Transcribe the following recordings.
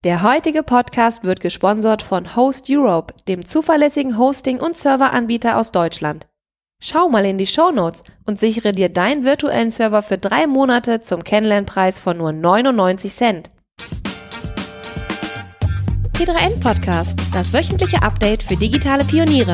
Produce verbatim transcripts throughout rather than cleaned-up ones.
Der heutige Podcast wird gesponsert von Host Europe, dem zuverlässigen Hosting- und Serveranbieter aus Deutschland. Schau mal in die Shownotes und sichere dir deinen virtuellen Server für drei Monate zum Kennenlernpreis von nur neunundneunzig Cent. T drei N Podcast, das wöchentliche Update für digitale Pioniere.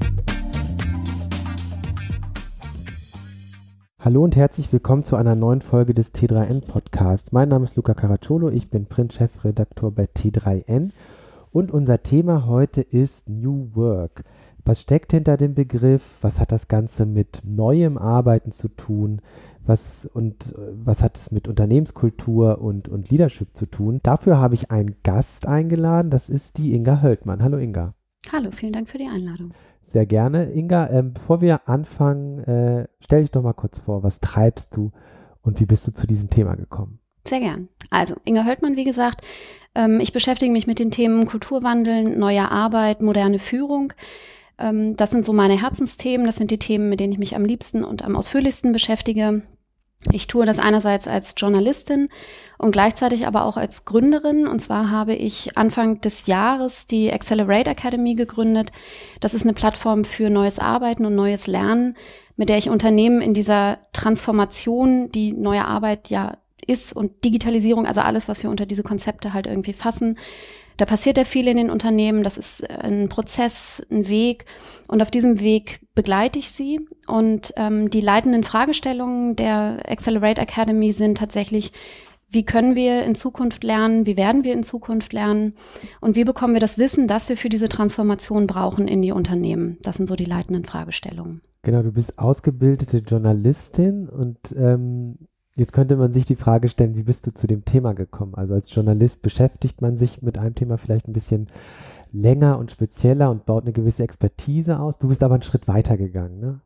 Hallo und herzlich willkommen zu einer neuen Folge des T drei N Podcasts. Mein Name ist Luca Caracciolo, ich bin Print-Chefredakteur bei T drei N und unser Thema heute ist New Work. Was steckt hinter dem Begriff? Was hat das Ganze mit neuem Arbeiten zu tun? Was, und was hat es mit Unternehmenskultur und, und Leadership zu tun? Dafür habe ich einen Gast eingeladen, das ist die Inga Höldmann. Hallo Inga. Hallo, vielen Dank für die Einladung. Sehr gerne. Inga, ähm, bevor wir anfangen, äh, stell dich doch mal kurz vor, was treibst du und wie bist du zu diesem Thema gekommen? Sehr gern. Also, Inga Höldmann, wie gesagt, ähm, ich beschäftige mich mit den Themen Kulturwandel, neue Arbeit, moderne Führung. Ähm, das sind so meine Herzensthemen, das sind die Themen, mit denen ich mich am liebsten und am ausführlichsten beschäftige. Ich tue das einerseits als Journalistin und gleichzeitig aber auch als Gründerin. Und zwar habe ich Anfang des Jahres die Accelerate Academy gegründet. Das ist eine Plattform für neues Arbeiten und neues Lernen, mit der ich Unternehmen in dieser Transformation, die neue Arbeit ja ist, und Digitalisierung, also alles, was wir unter diese Konzepte halt irgendwie fassen. Da passiert ja viel in den Unternehmen, das ist ein Prozess, ein Weg, und auf diesem Weg begleite ich sie. Und ähm, die leitenden Fragestellungen der Accelerate Academy sind tatsächlich: Wie können wir in Zukunft lernen? Wie werden wir in Zukunft lernen? Und wie bekommen wir das Wissen, das wir für diese Transformation brauchen, in die Unternehmen? Das sind so die leitenden Fragestellungen. Genau, du bist ausgebildete Journalistin und ähm, jetzt könnte man sich die Frage stellen, wie bist du zu dem Thema gekommen? Also als Journalist beschäftigt man sich mit einem Thema vielleicht ein bisschen länger und spezieller und baut eine gewisse Expertise aus. Du bist aber einen Schritt weiter gegangen, ne?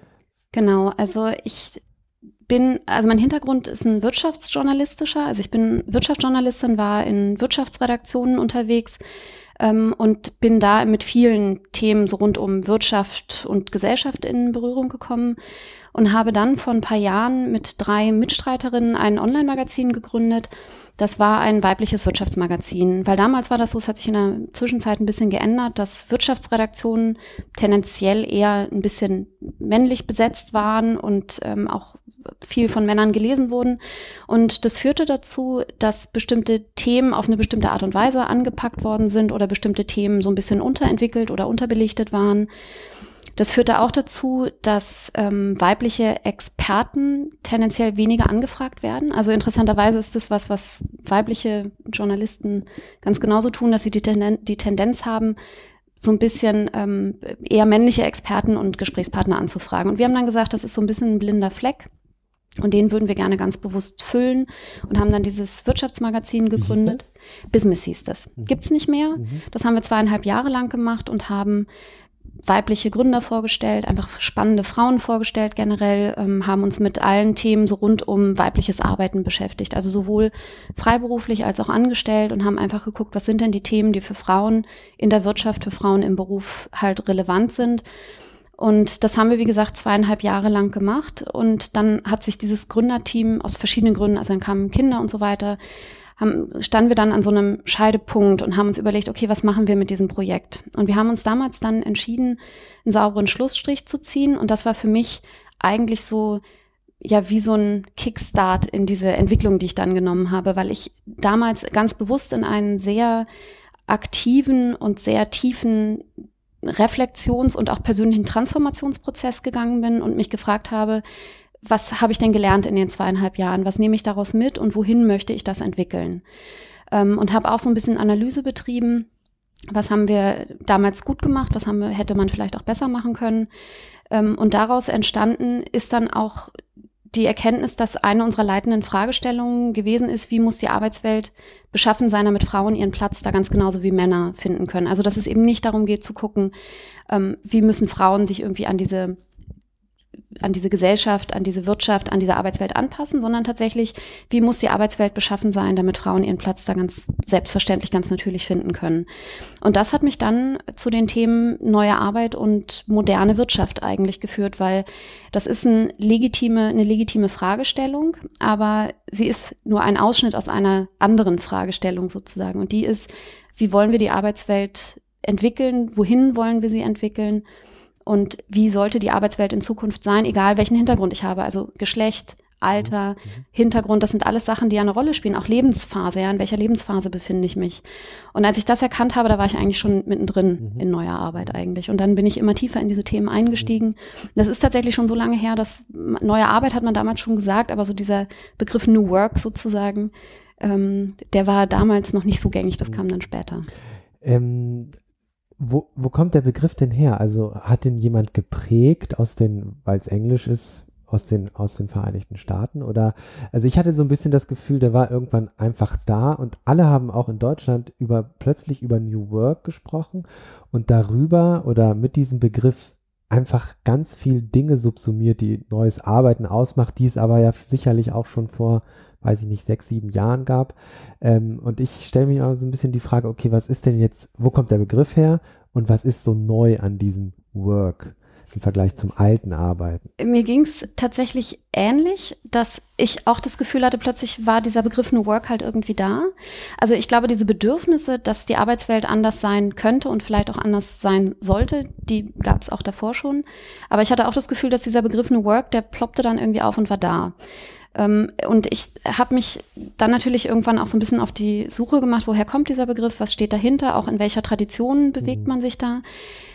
Genau, also ich bin, also mein Hintergrund ist ein wirtschaftsjournalistischer. Also ich bin Wirtschaftsjournalistin, war in Wirtschaftsredaktionen unterwegs ähm, und bin da mit vielen Themen so rund um Wirtschaft und Gesellschaft in Berührung gekommen und habe dann vor ein paar Jahren mit drei Mitstreiterinnen ein Online-Magazin gegründet. Das war ein weibliches Wirtschaftsmagazin, weil damals war das so, es hat sich in der Zwischenzeit ein bisschen geändert, dass Wirtschaftsredaktionen tendenziell eher ein bisschen männlich besetzt waren und ähm, auch viel von Männern gelesen wurden. Und das führte dazu, dass bestimmte Themen auf eine bestimmte Art und Weise angepackt worden sind oder bestimmte Themen so ein bisschen unterentwickelt oder unterbelichtet waren. Das führte auch dazu, dass ähm, weibliche Experten tendenziell weniger angefragt werden. Also interessanterweise ist das was, was weibliche Journalisten ganz genauso tun, dass sie die, Tenden- die Tendenz haben, so ein bisschen ähm, eher männliche Experten und Gesprächspartner anzufragen. Und wir haben dann gesagt, das ist so ein bisschen ein blinder Fleck. Und den würden wir gerne ganz bewusst füllen und haben dann dieses Wirtschaftsmagazin gegründet. Business hieß das. Mhm. Gibt's nicht mehr. Mhm. Das haben wir zweieinhalb Jahre lang gemacht und haben weibliche Gründer vorgestellt, einfach spannende Frauen vorgestellt generell, ähm, haben uns mit allen Themen so rund um weibliches Arbeiten beschäftigt. Also sowohl freiberuflich als auch angestellt, und haben einfach geguckt, was sind denn die Themen, die für Frauen in der Wirtschaft, für Frauen im Beruf halt relevant sind. Und das haben wir, wie gesagt, zweieinhalb Jahre lang gemacht. Und dann hat sich dieses Gründerteam aus verschiedenen Gründen, also dann kamen Kinder und so weiter, haben, standen wir dann an so einem Scheidepunkt und haben uns überlegt, okay, was machen wir mit diesem Projekt? Und wir haben uns damals dann entschieden, einen sauberen Schlussstrich zu ziehen. Und das war für mich eigentlich so, ja, wie so ein Kickstart in diese Entwicklung, die ich dann genommen habe, weil ich damals ganz bewusst in einen sehr aktiven und sehr tiefen Reflexions- und auch persönlichen Transformationsprozess gegangen bin und mich gefragt habe, was habe ich denn gelernt in den zweieinhalb Jahren? Was nehme ich daraus mit und wohin möchte ich das entwickeln? Ähm, und habe auch so ein bisschen Analyse betrieben. Was haben wir damals gut gemacht? Was haben wir, hätte man vielleicht auch besser machen können? Ähm, und daraus entstanden ist dann auch die Erkenntnis, dass eine unserer leitenden Fragestellungen gewesen ist, wie muss die Arbeitswelt beschaffen sein, damit Frauen ihren Platz da ganz genauso wie Männer finden können. Also dass es eben nicht darum geht zu gucken, ähm, wie müssen Frauen sich irgendwie an diese an diese Gesellschaft, an diese Wirtschaft, an diese Arbeitswelt anpassen, sondern tatsächlich, wie muss die Arbeitswelt beschaffen sein, damit Frauen ihren Platz da ganz selbstverständlich, ganz natürlich finden können. Und das hat mich dann zu den Themen neue Arbeit und moderne Wirtschaft eigentlich geführt, weil das ist ein legitime, eine legitime Fragestellung, aber sie ist nur ein Ausschnitt aus einer anderen Fragestellung sozusagen. Und die ist, wie wollen wir die Arbeitswelt entwickeln, wohin wollen wir sie entwickeln und wie sollte die Arbeitswelt in Zukunft sein, egal welchen Hintergrund ich habe, also Geschlecht, Alter, mhm. Hintergrund, das sind alles Sachen, die ja eine Rolle spielen, auch Lebensphase, ja, in welcher Lebensphase befinde ich mich. Und als ich das erkannt habe, da war ich eigentlich schon mittendrin mhm. in neuer Arbeit eigentlich. Und dann bin ich immer tiefer in diese Themen eingestiegen. Das ist tatsächlich schon so lange her, dass neue Arbeit hat man damals schon gesagt, aber so dieser Begriff New Work sozusagen, ähm, der war damals noch nicht so gängig, das kam dann später. Ähm, wo, wo kommt der Begriff denn her? Also hat den jemand geprägt aus den, weil es Englisch ist, aus den, aus den Vereinigten Staaten? Oder, also ich hatte so ein bisschen das Gefühl, der war irgendwann einfach da und alle haben auch in Deutschland über, plötzlich über New Work gesprochen und darüber oder mit diesem Begriff einfach ganz viel Dinge subsumiert, die neues Arbeiten ausmacht, die es aber ja sicherlich auch schon vor, weiß ich nicht, sechs, sieben Jahren gab. Ähm, und ich stelle mir auch so ein bisschen die Frage, okay, was ist denn jetzt, wo kommt der Begriff her und was ist so neu an diesem Work im Vergleich zum alten Arbeiten? Mir ging es tatsächlich ähnlich, dass ich auch das Gefühl hatte, plötzlich war dieser Begriff New Work halt irgendwie da. Also ich glaube, diese Bedürfnisse, dass die Arbeitswelt anders sein könnte und vielleicht auch anders sein sollte, die gab es auch davor schon. Aber ich hatte auch das Gefühl, dass dieser Begriff New Work, der ploppte dann irgendwie auf und war da. Und ich habe mich dann natürlich irgendwann auch so ein bisschen auf die Suche gemacht, woher kommt dieser Begriff, was steht dahinter, auch in welcher Tradition bewegt man sich da.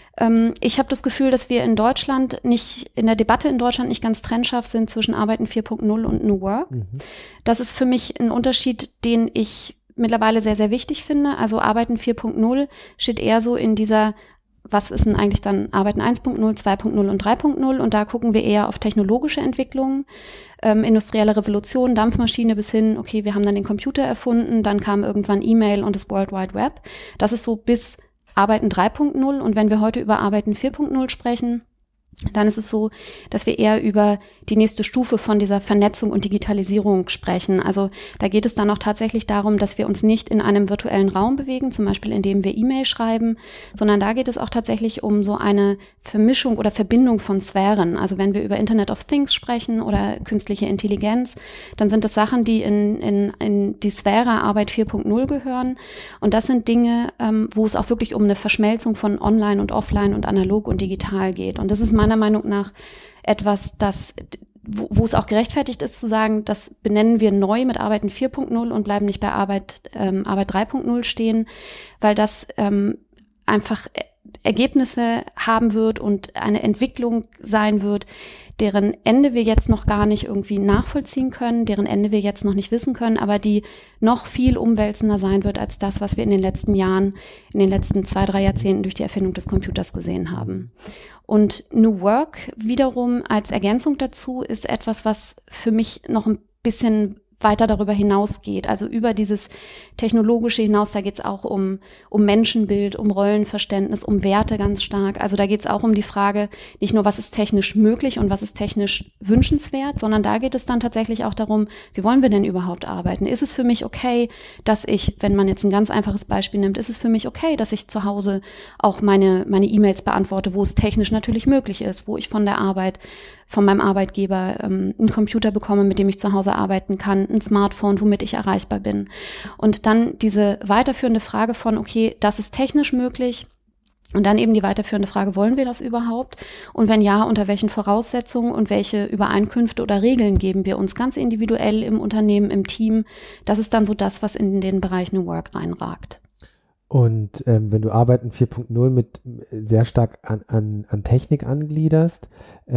Ich habe das Gefühl, dass wir in Deutschland nicht, in der Debatte in Deutschland nicht ganz trennscharf sind zwischen Arbeiten vier Punkt null und New Work. Mhm. Das ist für mich ein Unterschied, den ich mittlerweile sehr, sehr wichtig finde. Also Arbeiten vier Punkt null steht eher so in dieser, was ist denn eigentlich dann Arbeiten eins Punkt null, zwei Punkt null und drei Punkt null? Und da gucken wir eher auf technologische Entwicklungen, ähm, industrielle Revolution, Dampfmaschine bis hin, okay, wir haben dann den Computer erfunden, dann kam irgendwann E-Mail und das World Wide Web. Das ist so bis Arbeiten drei Punkt null und wenn wir heute über Arbeiten vier Punkt null sprechen, dann ist es so, dass wir eher über die nächste Stufe von dieser Vernetzung und Digitalisierung sprechen. Also da geht es dann auch tatsächlich darum, dass wir uns nicht in einem virtuellen Raum bewegen, zum Beispiel indem wir E-Mail schreiben, sondern da geht es auch tatsächlich um so eine Vermischung oder Verbindung von Sphären. Also wenn wir über Internet of Things sprechen oder künstliche Intelligenz, dann sind das Sachen, die in, in, in die Sphäre Arbeit vier Punkt null gehören. Und das sind Dinge, ähm, wo es auch wirklich um eine Verschmelzung von Online und Offline und analog und digital geht. Und das ist meiner Meinung nach etwas, das, wo, wo es auch gerechtfertigt ist zu sagen, das benennen wir neu mit Arbeiten vier Punkt null und bleiben nicht bei Arbeit, ähm, Arbeit drei Punkt null stehen, weil das ähm, einfach Ergebnisse haben wird und eine Entwicklung sein wird, deren Ende wir jetzt noch gar nicht irgendwie nachvollziehen können, deren Ende wir jetzt noch nicht wissen können, aber die noch viel umwälzender sein wird als das, was wir in den letzten Jahren, in den letzten zwei, drei Jahrzehnten durch die Erfindung des Computers gesehen haben. Und New Work wiederum als Ergänzung dazu ist etwas, was für mich noch ein bisschen weiter darüber hinausgeht, also über dieses Technologische hinaus, da geht es auch um, um Menschenbild, um Rollenverständnis, um Werte ganz stark. Also da geht es auch um die Frage, nicht nur, was ist technisch möglich und was ist technisch wünschenswert, sondern da geht es dann tatsächlich auch darum, wie wollen wir denn überhaupt arbeiten? Ist es für mich okay, dass ich, wenn man jetzt ein ganz einfaches Beispiel nimmt, ist es für mich okay, dass ich zu Hause auch meine meine E-Mails beantworte, wo es technisch natürlich möglich ist, wo ich von der Arbeit von meinem Arbeitgeber ähm, einen Computer bekomme, mit dem ich zu Hause arbeiten kann, ein Smartphone, womit ich erreichbar bin. Und dann diese weiterführende Frage von, okay, das ist technisch möglich. Und dann eben die weiterführende Frage, wollen wir das überhaupt? Und wenn ja, unter welchen Voraussetzungen und welche Übereinkünfte oder Regeln geben wir uns ganz individuell im Unternehmen, im Team? Das ist dann so das, was in den Bereich New Work reinragt. Und ähm, wenn du Arbeiten vier Punkt null mit sehr stark an, an, an Technik angliederst,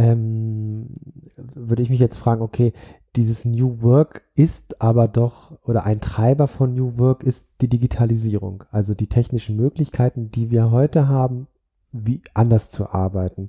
ähm, würde ich mich jetzt fragen, okay, dieses New Work ist aber doch, oder ein Treiber von New Work ist die Digitalisierung, also die technischen Möglichkeiten, die wir heute haben, wie anders zu arbeiten.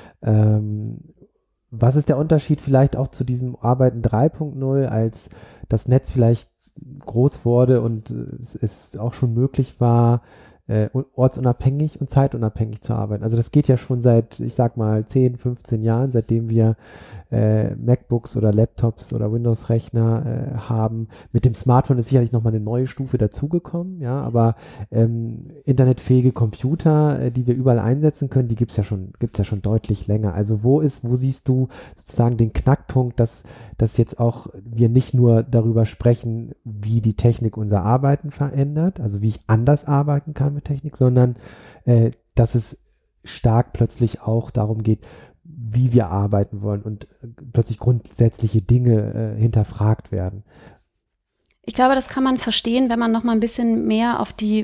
Ähm, was ist der Unterschied vielleicht auch zu diesem Arbeiten drei Punkt null, als das Netz vielleicht groß wurde und es, es auch schon möglich war, äh, ortsunabhängig und zeitunabhängig zu arbeiten. Also das geht ja schon seit, ich sag mal, zehn, fünfzehn Jahren, seitdem wir äh, MacBooks oder Laptops oder Windows-Rechner äh, haben. Mit dem Smartphone ist sicherlich nochmal eine neue Stufe dazugekommen, ja, aber ähm, internetfähige Computer, äh, die wir überall einsetzen können, die gibt's ja schon, gibt's ja schon deutlich länger. Also wo ist, wo siehst du sozusagen den Knackpunkt, dass, dass jetzt auch wir nicht nur darüber sprechen, wie die Technik unser Arbeiten verändert, also wie ich anders arbeiten kann mit Technik, sondern äh, dass es stark plötzlich auch darum geht, wie wir arbeiten wollen und äh, plötzlich grundsätzliche Dinge äh, hinterfragt werden. Ich glaube, das kann man verstehen, wenn man noch mal ein bisschen mehr auf die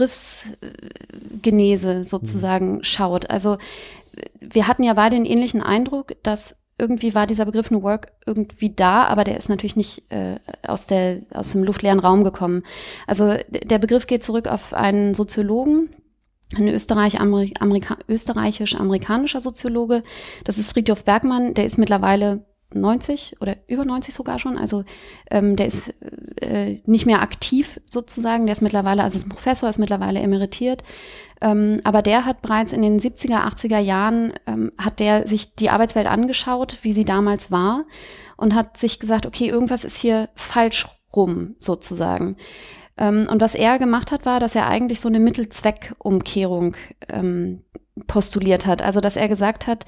Begriffsgenese sozusagen mhm. schaut. Also wir hatten ja beide den ähnlichen Eindruck, dass irgendwie war dieser Begriff New Work irgendwie da, aber der ist natürlich nicht äh, aus, der, aus dem luftleeren Raum gekommen. Also der Begriff geht zurück auf einen Soziologen, ein Österreich, Amerika, österreichisch-amerikanischer Soziologe. Das ist Frithjof Bergmann, der ist mittlerweile neunzig oder über neunzig sogar schon. Also ähm, der ist äh, nicht mehr aktiv sozusagen. Der ist mittlerweile, also ist ein Professor, ist mittlerweile emeritiert. Ähm, aber der hat bereits in den siebziger, achtziger Jahren, ähm, hat der sich die Arbeitswelt angeschaut, wie sie damals war und hat sich gesagt, okay, irgendwas ist hier falsch rum sozusagen. Ähm, und was er gemacht hat, war, dass er eigentlich so eine Mittelzweckumkehrung ähm, postuliert hat. Also dass er gesagt hat,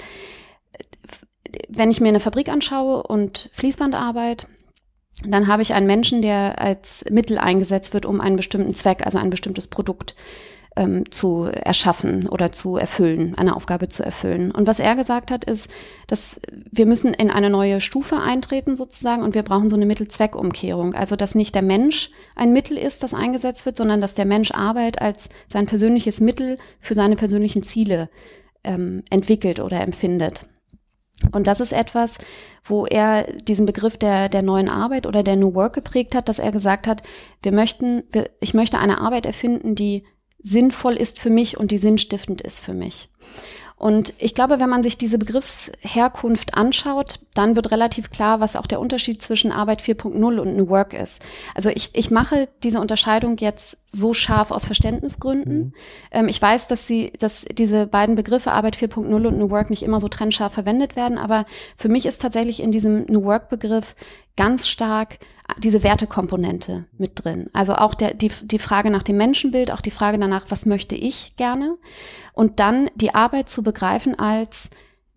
wenn ich mir eine Fabrik anschaue und Fließbandarbeit, dann habe ich einen Menschen, der als Mittel eingesetzt wird, um einen bestimmten Zweck, also ein bestimmtes Produkt ähm, zu erschaffen oder zu erfüllen, eine Aufgabe zu erfüllen. Und was er gesagt hat, ist, dass wir müssen in eine neue Stufe eintreten sozusagen und wir brauchen so eine Mittelzweckumkehrung. Also dass nicht der Mensch ein Mittel ist, das eingesetzt wird, sondern dass der Mensch Arbeit als sein persönliches Mittel für seine persönlichen Ziele ähm, entwickelt oder empfindet. Und das ist etwas, wo er diesen Begriff der, der neuen Arbeit oder der New Work geprägt hat, dass er gesagt hat, wir möchten, wir, ich möchte eine Arbeit erfinden, die sinnvoll ist für mich und die sinnstiftend ist für mich. Und ich glaube, wenn man sich diese Begriffsherkunft anschaut, dann wird relativ klar, was auch der Unterschied zwischen Arbeit vier Punkt null und New Work ist. Also ich, ich mache diese Unterscheidung jetzt so scharf aus Verständnisgründen. Mhm. Ähm, ich weiß, dass sie, dass diese beiden Begriffe Arbeit vier Punkt null und New Work nicht immer so trennscharf verwendet werden, aber für mich ist tatsächlich in diesem New Work-Begriff ganz stark diese Wertekomponente mit drin. Also auch der, die, die Frage nach dem Menschenbild, auch die Frage danach, was möchte ich gerne? Und dann die Arbeit zu begreifen als,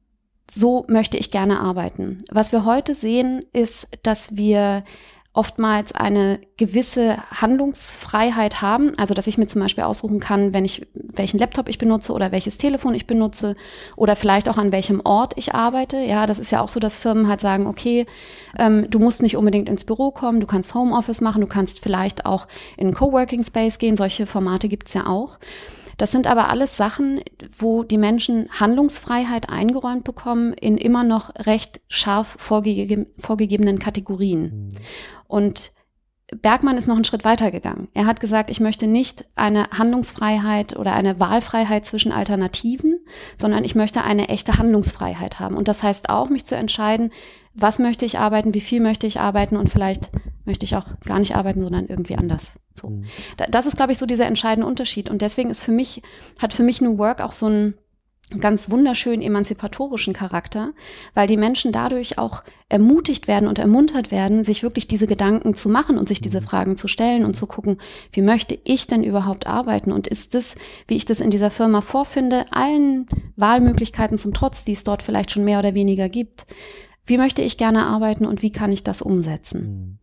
so möchte ich gerne arbeiten. Was wir heute sehen, ist, dass wir oftmals eine gewisse Handlungsfreiheit haben, also dass ich mir zum Beispiel aussuchen kann, wenn ich welchen Laptop ich benutze oder welches Telefon ich benutze oder vielleicht auch an welchem Ort ich arbeite. Ja, das ist ja auch so, dass Firmen halt sagen, okay, ähm, du musst nicht unbedingt ins Büro kommen, du kannst Homeoffice machen, du kannst vielleicht auch in einen Coworking Space gehen, solche Formate gibt's ja auch. Das sind aber alles Sachen, wo die Menschen Handlungsfreiheit eingeräumt bekommen in immer noch recht scharf vorgege- vorgegebenen Kategorien. Mhm. Und Bergmann ist noch einen Schritt weiter gegangen. Er hat gesagt, ich möchte nicht eine Handlungsfreiheit oder eine Wahlfreiheit zwischen Alternativen, sondern ich möchte eine echte Handlungsfreiheit haben. Und das heißt auch, mich zu entscheiden, was möchte ich arbeiten, wie viel möchte ich arbeiten und vielleicht möchte ich auch gar nicht arbeiten, sondern irgendwie anders. So. Mhm. Das ist, glaube ich, so dieser entscheidende Unterschied. Und deswegen ist für mich, hat für mich New Work auch so einen ganz wunderschönen emanzipatorischen Charakter, weil die Menschen dadurch auch ermutigt werden und ermuntert werden, sich wirklich diese Gedanken zu machen und sich diese Fragen zu stellen und zu gucken, wie möchte ich denn überhaupt arbeiten und ist das, wie ich das in dieser Firma vorfinde, allen Wahlmöglichkeiten zum Trotz, die es dort vielleicht schon mehr oder weniger gibt, wie möchte ich gerne arbeiten und wie kann ich das umsetzen?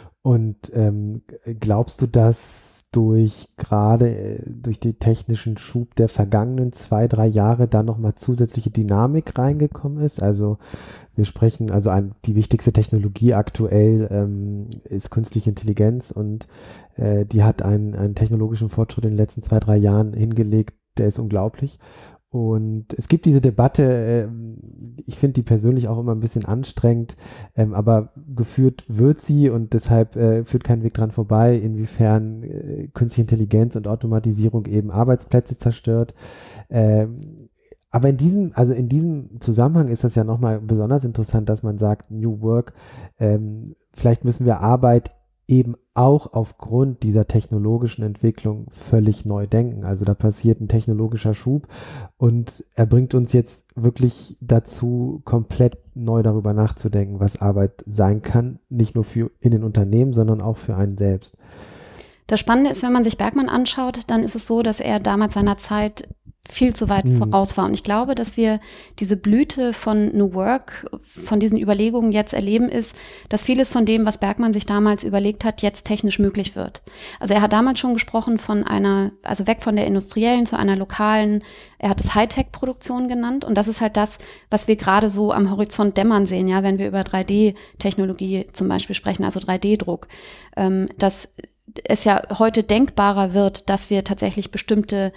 Und ähm, glaubst du, dass durch gerade durch den technischen Schub der vergangenen zwei, drei Jahre da nochmal zusätzliche Dynamik reingekommen ist? Also wir sprechen, also ein, die wichtigste Technologie aktuell ähm, ist künstliche Intelligenz und äh, die hat einen, einen technologischen Fortschritt in den letzten zwei, drei Jahren hingelegt, der ist unglaublich. Und es gibt diese Debatte, äh, ich finde die persönlich auch immer ein bisschen anstrengend, ähm, aber geführt wird sie und deshalb äh, führt kein Weg dran vorbei, inwiefern äh, künstliche Intelligenz und Automatisierung eben Arbeitsplätze zerstört. Ähm, aber in diesem, also in diesem Zusammenhang ist das ja nochmal besonders interessant, dass man sagt, New Work, ähm, vielleicht müssen wir Arbeit eben auch aufgrund dieser technologischen Entwicklung völlig neu denken. Also da passiert ein technologischer Schub und er bringt uns jetzt wirklich dazu, komplett neu darüber nachzudenken, was Arbeit sein kann, nicht nur für in den Unternehmen, sondern auch für einen selbst. Das Spannende ist, wenn man sich Bergmann anschaut, dann ist es so, dass er damals seiner Zeit viel zu weit mhm. voraus war. Und ich glaube, dass wir diese Blüte von New Work, von diesen Überlegungen jetzt erleben, ist, dass vieles von dem, was Bergmann sich damals überlegt hat, jetzt technisch möglich wird. Also er hat damals schon gesprochen von einer, also weg von der industriellen zu einer lokalen, er hat es Hightech-Produktion genannt. Und das ist halt das, was wir gerade so am Horizont dämmern sehen, ja, wenn wir über drei D-Technologie zum Beispiel sprechen, also drei D-Druck, ähm, dass es ja heute denkbarer wird, dass wir tatsächlich bestimmte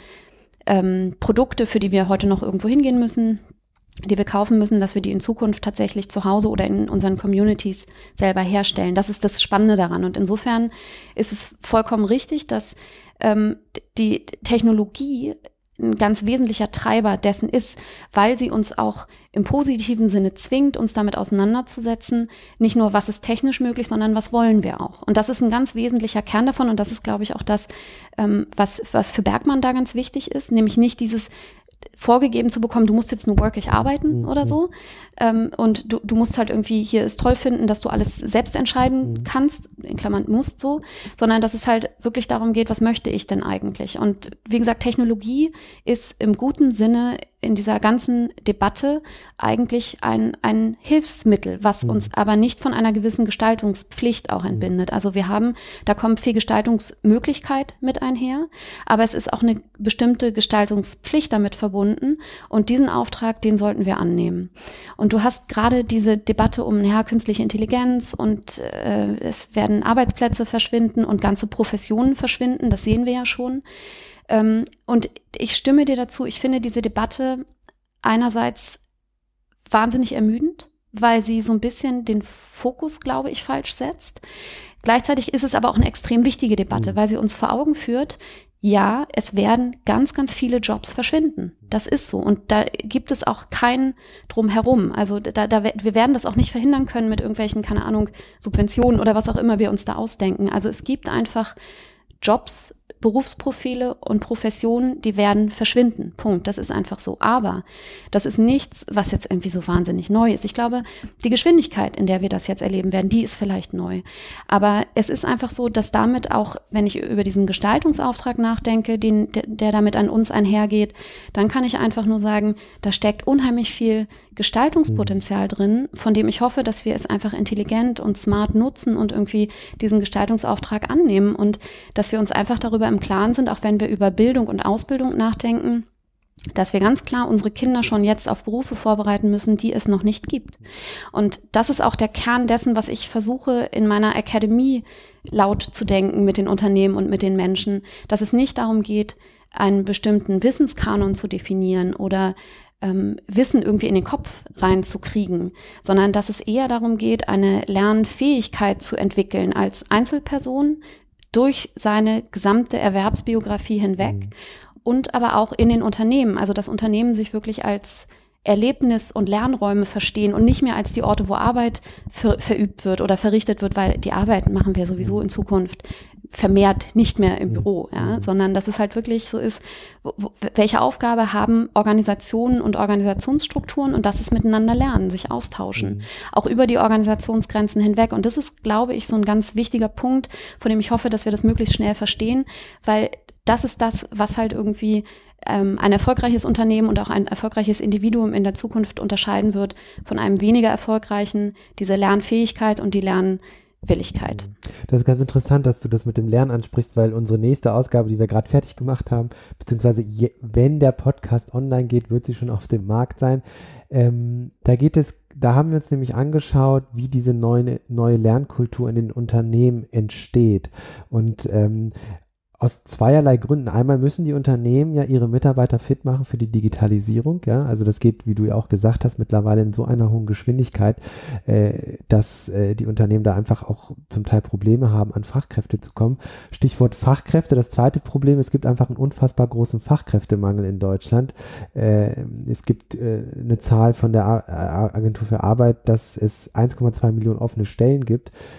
Ähm, Produkte, für die wir heute noch irgendwo hingehen müssen, die wir kaufen müssen, dass wir die in Zukunft tatsächlich zu Hause oder in unseren Communities selber herstellen. Das ist das Spannende daran. Und insofern ist es vollkommen richtig, dass ähm, die Technologie ein ganz wesentlicher Treiber dessen ist, weil sie uns auch im positiven Sinne zwingt, uns damit auseinanderzusetzen, nicht nur, was ist technisch möglich, sondern was wollen wir auch. Und das ist ein ganz wesentlicher Kern davon und das ist, glaube ich, auch das, ähm, was, was für Bergmann da ganz wichtig ist, nämlich nicht dieses vorgegeben zu bekommen, du musst jetzt nur workig arbeiten mhm. oder so ähm, und du, du musst halt irgendwie hier es toll finden, dass du alles selbst entscheiden mhm. kannst, in Klammern musst so, sondern dass es halt wirklich darum geht, was möchte ich denn eigentlich? Und wie gesagt, Technologie ist im guten Sinne in dieser ganzen Debatte eigentlich ein, ein Hilfsmittel, was mhm. uns aber nicht von einer gewissen Gestaltungspflicht auch entbindet. Also wir haben, da kommt viel Gestaltungsmöglichkeit mit einher, aber es ist auch eine bestimmte Gestaltungspflicht damit verbunden und diesen Auftrag, den sollten wir annehmen. Und du hast gerade diese Debatte um ja, künstliche Intelligenz und äh, es werden Arbeitsplätze verschwinden und ganze Professionen verschwinden, das sehen wir ja schon. Ähm, und ich stimme dir dazu, ich finde diese Debatte einerseits wahnsinnig ermüdend, weil sie so ein bisschen den Fokus, glaube ich, falsch setzt. Gleichzeitig ist es aber auch eine extrem wichtige Debatte, mhm. weil sie uns vor Augen führt, ja, es werden ganz, ganz viele Jobs verschwinden. Das ist so. Und da gibt es auch kein Drumherum. Also da, da, wir werden das auch nicht verhindern können mit irgendwelchen, keine Ahnung, Subventionen oder was auch immer wir uns da ausdenken. Also es gibt einfach Jobs, Berufsprofile und Professionen, die werden verschwinden. Punkt. Das ist einfach so. Aber das ist nichts, was jetzt irgendwie so wahnsinnig neu ist. Ich glaube, die Geschwindigkeit, in der wir das jetzt erleben werden, die ist vielleicht neu. Aber es ist einfach so, dass damit auch, wenn ich über diesen Gestaltungsauftrag nachdenke, den, der, der damit an uns einhergeht, dann kann ich einfach nur sagen, da steckt unheimlich viel Gestaltungspotenzial drin, von dem ich hoffe, dass wir es einfach intelligent und smart nutzen und irgendwie diesen Gestaltungsauftrag annehmen und dass wir uns einfach darüber im Klaren sind, auch wenn wir über Bildung und Ausbildung nachdenken, dass wir ganz klar unsere Kinder schon jetzt auf Berufe vorbereiten müssen, die es noch nicht gibt. Und das ist auch der Kern dessen, was ich versuche in meiner Academy laut zu denken mit den Unternehmen und mit den Menschen, dass es nicht darum geht, einen bestimmten Wissenskanon zu definieren oder ähm, Wissen irgendwie in den Kopf reinzukriegen, sondern dass es eher darum geht, eine Lernfähigkeit zu entwickeln als Einzelperson durch seine gesamte Erwerbsbiografie hinweg mhm. und aber auch in den Unternehmen, also dass Unternehmen sich wirklich als Erlebnis- und Lernräume verstehen und nicht mehr als die Orte, wo Arbeit ver- verübt wird oder verrichtet wird, weil die Arbeit machen wir sowieso in Zukunft vermehrt nicht mehr im Büro, ja, sondern dass es halt wirklich so ist, wo, wo, welche Aufgabe haben Organisationen und Organisationsstrukturen und das ist miteinander lernen, sich austauschen, mhm. auch über die Organisationsgrenzen hinweg. Und das ist, glaube ich, so ein ganz wichtiger Punkt, von dem ich hoffe, dass wir das möglichst schnell verstehen, weil das ist das, was halt irgendwie ähm, ein erfolgreiches Unternehmen und auch ein erfolgreiches Individuum in der Zukunft unterscheiden wird von einem weniger erfolgreichen, diese Lernfähigkeit und die Lernwilligkeit. Das ist ganz interessant, dass du das mit dem Lernen ansprichst, weil unsere nächste Ausgabe, die wir gerade fertig gemacht haben, beziehungsweise je, wenn der Podcast online geht, wird sie schon auf dem Markt sein. Ähm, da geht es, da haben wir uns nämlich angeschaut, wie diese neue, neue Lernkultur in den Unternehmen entsteht. Und ähm, aus zweierlei Gründen. Einmal müssen die Unternehmen ja ihre Mitarbeiter fit machen für die Digitalisierung. Ja, also das geht, wie du ja auch gesagt hast, mittlerweile in so einer hohen Geschwindigkeit, äh, dass äh, die Unternehmen da einfach auch zum Teil Probleme haben, an Fachkräfte zu kommen. Stichwort Fachkräfte. Das zweite Problem, es gibt einfach einen unfassbar großen Fachkräftemangel in Deutschland. Äh, es gibt äh, eine Zahl von der A- Agentur für Arbeit, dass es eins Komma zwei Millionen offene Stellen gibt.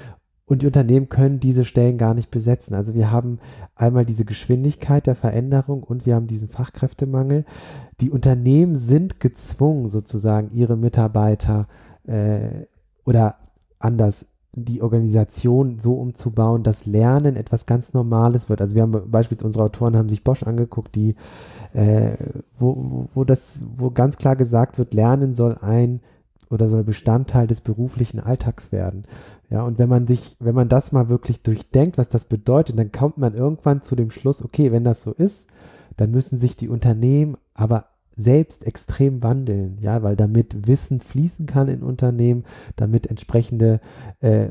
Und die Unternehmen können diese Stellen gar nicht besetzen. Also wir haben einmal diese Geschwindigkeit der Veränderung und wir haben diesen Fachkräftemangel. Die Unternehmen sind gezwungen, sozusagen ihre Mitarbeiter äh, oder anders die Organisation so umzubauen, dass Lernen etwas ganz Normales wird. Also wir haben beispielsweise, unsere Autoren haben sich Bosch angeguckt, die, äh, wo, wo, wo das, wo ganz klar gesagt wird, Lernen soll ein oder soll Bestandteil des beruflichen Alltags werden. Ja, und wenn man sich, wenn man das mal wirklich durchdenkt, was das bedeutet, dann kommt man irgendwann zu dem Schluss, okay, wenn das so ist, dann müssen sich die Unternehmen aber selbst extrem wandeln, ja, weil damit Wissen fließen kann in Unternehmen, damit entsprechende, äh,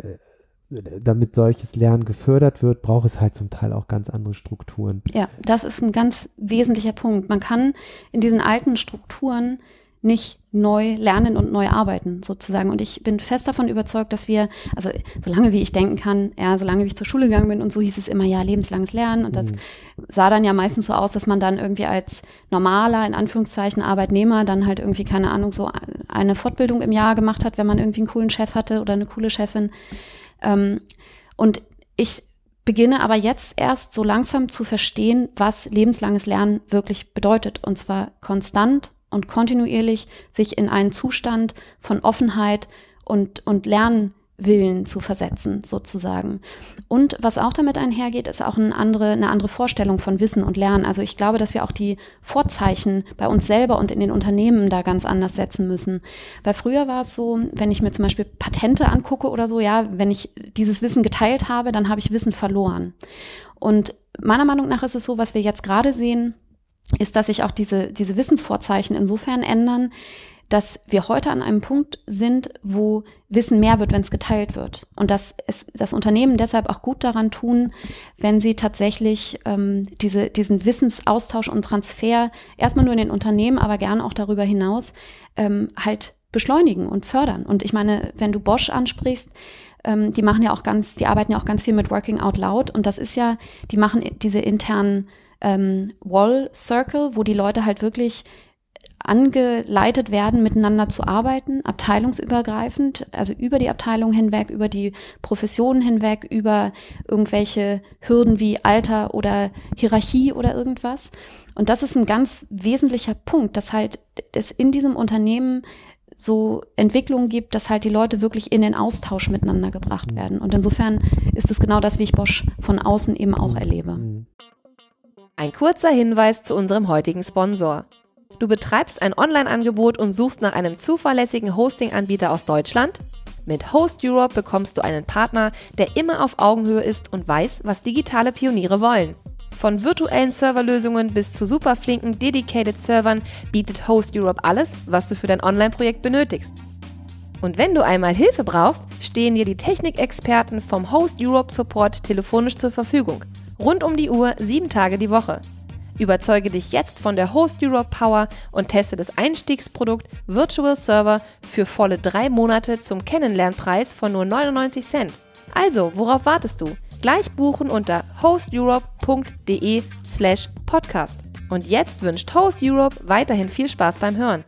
damit solches Lernen gefördert wird, braucht es halt zum Teil auch ganz andere Strukturen. Ja, das ist ein ganz wesentlicher Punkt. Man kann in diesen alten Strukturen nicht neu lernen und neu arbeiten, sozusagen. Und ich bin fest davon überzeugt, dass wir, also solange wie ich denken kann, ja, solange wie ich zur Schule gegangen bin und so hieß es immer, ja, lebenslanges Lernen. Und das mhm. sah dann ja meistens so aus, dass man dann irgendwie als normaler, in Anführungszeichen, Arbeitnehmer dann halt irgendwie, keine Ahnung, so eine Fortbildung im Jahr gemacht hat, wenn man irgendwie einen coolen Chef hatte oder eine coole Chefin. Ähm, und ich beginne aber jetzt erst so langsam zu verstehen, was lebenslanges Lernen wirklich bedeutet. Und zwar konstant und kontinuierlich sich in einen Zustand von Offenheit und, und Lernwillen zu versetzen, sozusagen. Und was auch damit einhergeht, ist auch eine andere, eine andere Vorstellung von Wissen und Lernen. Also ich glaube, dass wir auch die Vorzeichen bei uns selber und in den Unternehmen da ganz anders setzen müssen. Weil früher war es so, wenn ich mir zum Beispiel Patente angucke oder so, ja, wenn ich dieses Wissen geteilt habe, dann habe ich Wissen verloren. Und meiner Meinung nach ist es so, was wir jetzt gerade sehen, ist, dass sich auch diese, diese Wissensvorzeichen insofern ändern, dass wir heute an einem Punkt sind, wo Wissen mehr wird, wenn es geteilt wird. Und dass es das Unternehmen deshalb auch gut daran tun, wenn sie tatsächlich ähm, diese, diesen Wissensaustausch und Transfer erstmal nur in den Unternehmen, aber gerne auch darüber hinaus ähm, halt beschleunigen und fördern. Und ich meine, wenn du Bosch ansprichst, ähm, die machen ja auch ganz, die arbeiten ja auch ganz viel mit Working Out Loud. Und das ist ja, die machen diese internen Ähm, Wall Circle, wo die Leute halt wirklich angeleitet werden, miteinander zu arbeiten, abteilungsübergreifend, also über die Abteilung hinweg, über die Professionen hinweg, über irgendwelche Hürden wie Alter oder Hierarchie oder irgendwas. Und das ist ein ganz wesentlicher Punkt, dass halt es in diesem Unternehmen so Entwicklungen gibt, dass halt die Leute wirklich in den Austausch miteinander gebracht werden. Und insofern ist es genau das, wie ich Bosch von außen eben auch erlebe. Ein kurzer Hinweis zu unserem heutigen Sponsor. Du betreibst ein Online-Angebot und suchst nach einem zuverlässigen Hosting-Anbieter aus Deutschland? Mit Host Europe bekommst du einen Partner, der immer auf Augenhöhe ist und weiß, was digitale Pioniere wollen. Von virtuellen Serverlösungen bis zu superflinken Dedicated Servern bietet Host Europe alles, was du für dein Online-Projekt benötigst. Und wenn du einmal Hilfe brauchst, stehen dir die Technikexperten vom Host Europe Support telefonisch zur Verfügung. Rund um die Uhr, sieben Tage die Woche. Überzeuge dich jetzt von der Host Europe Power und teste das Einstiegsprodukt Virtual Server für volle drei Monate zum Kennenlernpreis von nur neunundneunzig Cent. Also, worauf wartest du? Gleich buchen unter hosteurope.de slash podcast. Und jetzt wünscht Host Europe weiterhin viel Spaß beim Hören.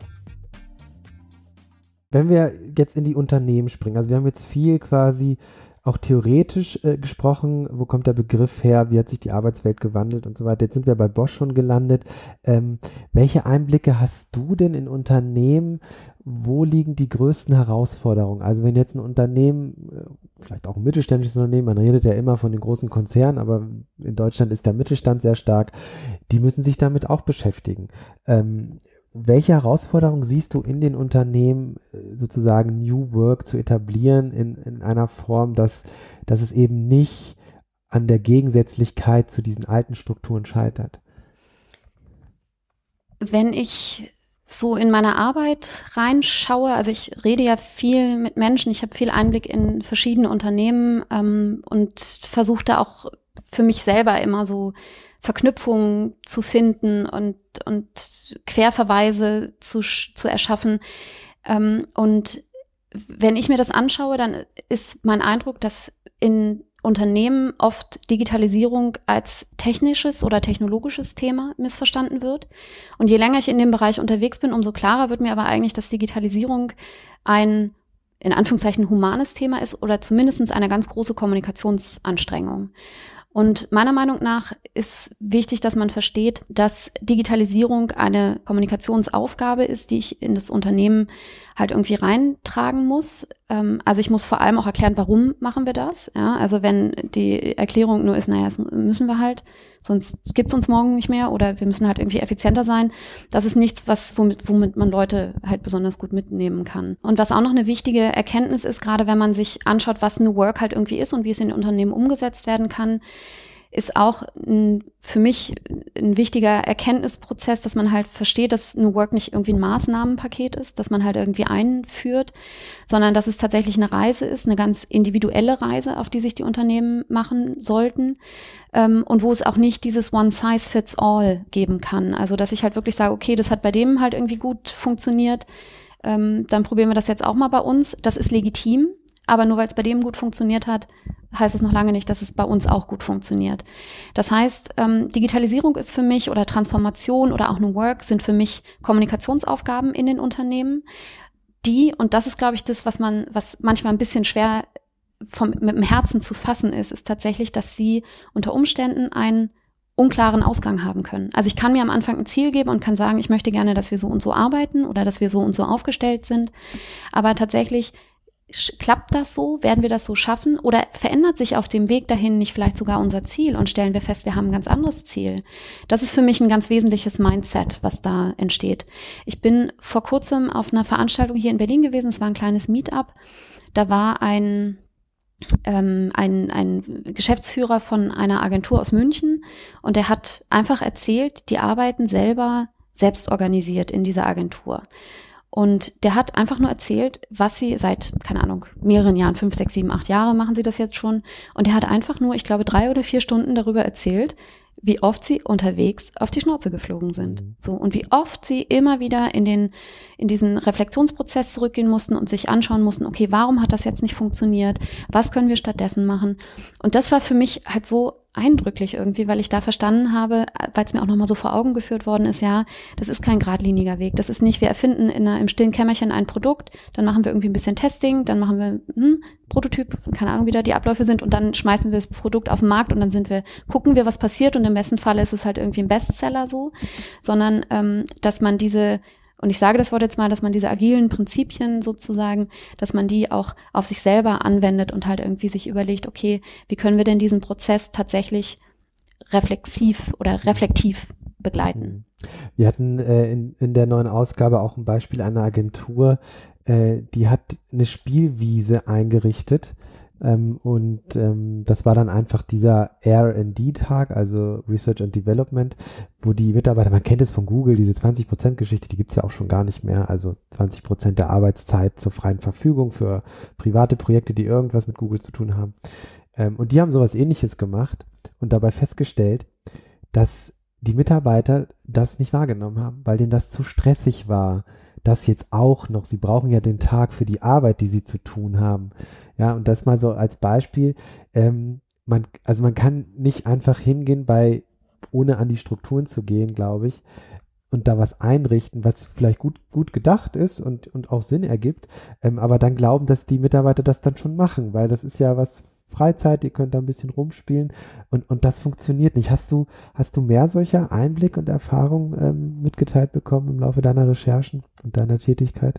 Wenn wir jetzt in die Unternehmen springen, also wir haben jetzt viel quasi auch theoretisch äh, gesprochen, wo kommt der Begriff her, wie hat sich die Arbeitswelt gewandelt und so weiter. Jetzt sind wir bei Bosch schon gelandet. Ähm, welche Einblicke hast du denn in Unternehmen? Wo liegen die größten Herausforderungen? Also wenn jetzt ein Unternehmen, vielleicht auch ein mittelständisches Unternehmen, man redet ja immer von den großen Konzernen, aber in Deutschland ist der Mittelstand sehr stark, die müssen sich damit auch beschäftigen. Ähm, Welche Herausforderungen siehst du in den Unternehmen, sozusagen New Work zu etablieren in, in einer Form, dass, dass es eben nicht an der Gegensätzlichkeit zu diesen alten Strukturen scheitert? Wenn ich so in meine Arbeit reinschaue, also ich rede ja viel mit Menschen, ich habe viel Einblick in verschiedene Unternehmen ähm, und versuche da auch für mich selber immer so Verknüpfungen zu finden und, und Querverweise zu, zu erschaffen. Ähm, und wenn ich mir das anschaue, dann ist mein Eindruck, dass in Unternehmen oft Digitalisierung als technisches oder technologisches Thema missverstanden wird. Und je länger ich in dem Bereich unterwegs bin, umso klarer wird mir aber eigentlich, dass Digitalisierung ein in Anführungszeichen humanes Thema ist oder zumindest eine ganz große Kommunikationsanstrengung. Und meiner Meinung nach ist wichtig, dass man versteht, dass Digitalisierung eine Kommunikationsaufgabe ist, die ich in das Unternehmen halt irgendwie reintragen muss. Also ich muss vor allem auch erklären, warum machen wir das. Ja, also wenn die Erklärung nur ist, naja, das müssen wir halt, sonst gibt's uns morgen nicht mehr oder wir müssen halt irgendwie effizienter sein. Das ist nichts, was womit, womit man Leute halt besonders gut mitnehmen kann. Und was auch noch eine wichtige Erkenntnis ist, gerade wenn man sich anschaut, was New Work halt irgendwie ist und wie es in den Unternehmen umgesetzt werden kann, ist auch ein, für mich ein wichtiger Erkenntnisprozess, dass man halt versteht, dass New Work nicht irgendwie ein Maßnahmenpaket ist, dass man halt irgendwie einführt, sondern dass es tatsächlich eine Reise ist, eine ganz individuelle Reise, auf die sich die Unternehmen machen sollten, ähm, und wo es auch nicht dieses One-Size-Fits-All geben kann. Also dass ich halt wirklich sage, okay, das hat bei dem halt irgendwie gut funktioniert, ähm, dann probieren wir das jetzt auch mal bei uns. Das ist legitim. Aber nur weil es bei dem gut funktioniert hat, heißt es noch lange nicht, dass es bei uns auch gut funktioniert. Das heißt, ähm, Digitalisierung ist für mich oder Transformation oder auch New Work sind für mich Kommunikationsaufgaben in den Unternehmen, die, und das ist, glaube ich, das, was man, was manchmal ein bisschen schwer vom, mit dem Herzen zu fassen ist, ist tatsächlich, dass sie unter Umständen einen unklaren Ausgang haben können. Also ich kann mir am Anfang ein Ziel geben und kann sagen, ich möchte gerne, dass wir so und so arbeiten oder dass wir so und so aufgestellt sind. Aber tatsächlich klappt das so? Werden wir das so schaffen? Oder verändert sich auf dem Weg dahin nicht vielleicht sogar unser Ziel und stellen wir fest, wir haben ein ganz anderes Ziel? Das ist für mich ein ganz wesentliches Mindset, was da entsteht. Ich bin vor kurzem auf einer Veranstaltung hier in Berlin gewesen. Es war ein kleines Meetup. Da war ein ähm, ein, ein Geschäftsführer von einer Agentur aus München und der hat einfach erzählt, die arbeiten selber selbst organisiert in dieser Agentur. Und der hat einfach nur erzählt, was sie seit, keine Ahnung, mehreren Jahren, fünf, sechs, sieben, acht Jahre machen sie das jetzt schon. Und er hat einfach nur, ich glaube, drei oder vier Stunden darüber erzählt, wie oft sie unterwegs auf die Schnauze geflogen sind. Mhm. So, und wie oft sie immer wieder in den, in diesen Reflexionsprozess zurückgehen mussten und sich anschauen mussten, okay, warum hat das jetzt nicht funktioniert? Was können wir stattdessen machen? Und das war für mich halt so eindrücklich irgendwie, weil ich da verstanden habe, weil es mir auch nochmal so vor Augen geführt worden ist, ja, das ist kein geradliniger Weg. Das ist nicht, wir erfinden in einer, im stillen Kämmerchen ein Produkt, dann machen wir irgendwie ein bisschen Testing, dann machen wir hm, Prototyp, keine Ahnung, wie da die Abläufe sind und dann schmeißen wir das Produkt auf den Markt und dann sind wir, gucken wir, was passiert und im besten Fall ist es halt irgendwie ein Bestseller so, sondern ähm, dass man diese, und ich sage das Wort jetzt mal, dass man diese agilen Prinzipien sozusagen, dass man die auch auf sich selber anwendet und halt irgendwie sich überlegt, okay, wie können wir denn diesen Prozess tatsächlich reflexiv oder reflektiv begleiten? Wir hatten äh, in, in der neuen Ausgabe auch ein Beispiel einer Agentur, äh, die hat eine Spielwiese eingerichtet. Ähm, und ähm, das war dann einfach dieser R and D-Tag, also Research and Development, wo die Mitarbeiter, man kennt es von Google, diese zwanzig Prozent Geschichte, die gibt es ja auch schon gar nicht mehr, also zwanzig Prozent der Arbeitszeit zur freien Verfügung für private Projekte, die irgendwas mit Google zu tun haben. Ähm, und die haben sowas Ähnliches gemacht und dabei festgestellt, dass die Mitarbeiter das nicht wahrgenommen haben, weil denen das zu stressig war. Das jetzt auch noch, sie brauchen ja den Tag für die Arbeit, die sie zu tun haben. Ja, und das mal so als Beispiel, ähm, man, also man kann nicht einfach hingehen, bei, ohne an die Strukturen zu gehen, glaube ich, und da was einrichten, was vielleicht gut, gut gedacht ist und, und auch Sinn ergibt, ähm, aber dann glauben, dass die Mitarbeiter das dann schon machen, weil das ist ja was Freizeit, ihr könnt da ein bisschen rumspielen und, und das funktioniert nicht. Hast du, hast du mehr solcher Einblick und Erfahrung ähm, mitgeteilt bekommen im Laufe deiner Recherchen und deiner Tätigkeit?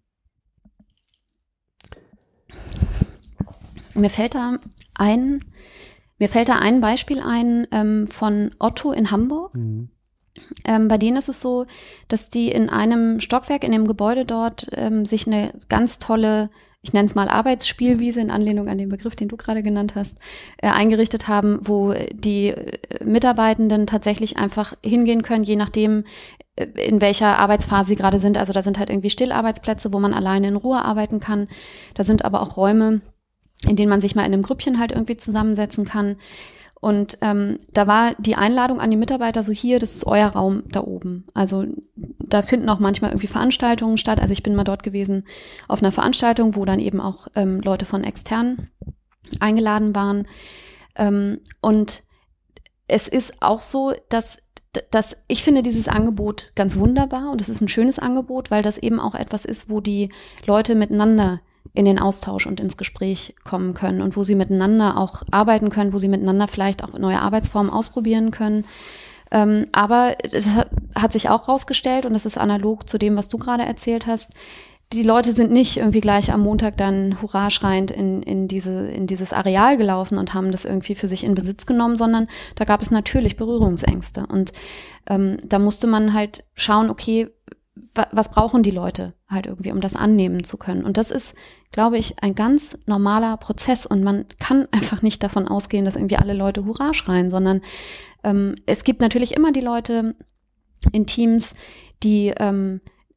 Mir fällt da ein, mir fällt da ein Beispiel ein ähm, von Otto in Hamburg. Mhm. Ähm, bei denen ist es so, dass die in einem Stockwerk in dem Gebäude dort ähm, sich eine ganz tolle, ich nenne es mal Arbeitsspielwiese in Anlehnung an den Begriff, den du gerade genannt hast, äh, eingerichtet haben, wo die Mitarbeitenden tatsächlich einfach hingehen können, je nachdem, in welcher Arbeitsphase sie gerade sind. Also da sind halt irgendwie Stillarbeitsplätze, wo man alleine in Ruhe arbeiten kann. Da sind aber auch Räume, in denen man sich mal in einem Grüppchen halt irgendwie zusammensetzen kann. Und ähm, da war die Einladung an die Mitarbeiter so, hier, das ist euer Raum da oben. Also da finden auch manchmal irgendwie Veranstaltungen statt. Also ich bin mal dort gewesen auf einer Veranstaltung, wo dann eben auch ähm, Leute von extern eingeladen waren. Ähm, und es ist auch so, dass, dass ich finde dieses Angebot ganz wunderbar und es ist ein schönes Angebot, weil das eben auch etwas ist, wo die Leute miteinander in den Austausch und ins Gespräch kommen können und wo sie miteinander auch arbeiten können, wo sie miteinander vielleicht auch neue Arbeitsformen ausprobieren können. Ähm, aber es hat, hat sich auch rausgestellt, und das ist analog zu dem, was du gerade erzählt hast, die Leute sind nicht irgendwie gleich am Montag dann hurra schreiend in, in, diese, in dieses Areal gelaufen und haben das irgendwie für sich in Besitz genommen, sondern da gab es natürlich Berührungsängste. Und ähm, da musste man halt schauen, okay, wa- was brauchen die Leute halt irgendwie, um das annehmen zu können. Und das ist, glaube ich, ein ganz normaler Prozess. Und man kann einfach nicht davon ausgehen, dass irgendwie alle Leute hurra schreien, sondern ähm, es gibt natürlich immer die Leute in Teams, die ähm,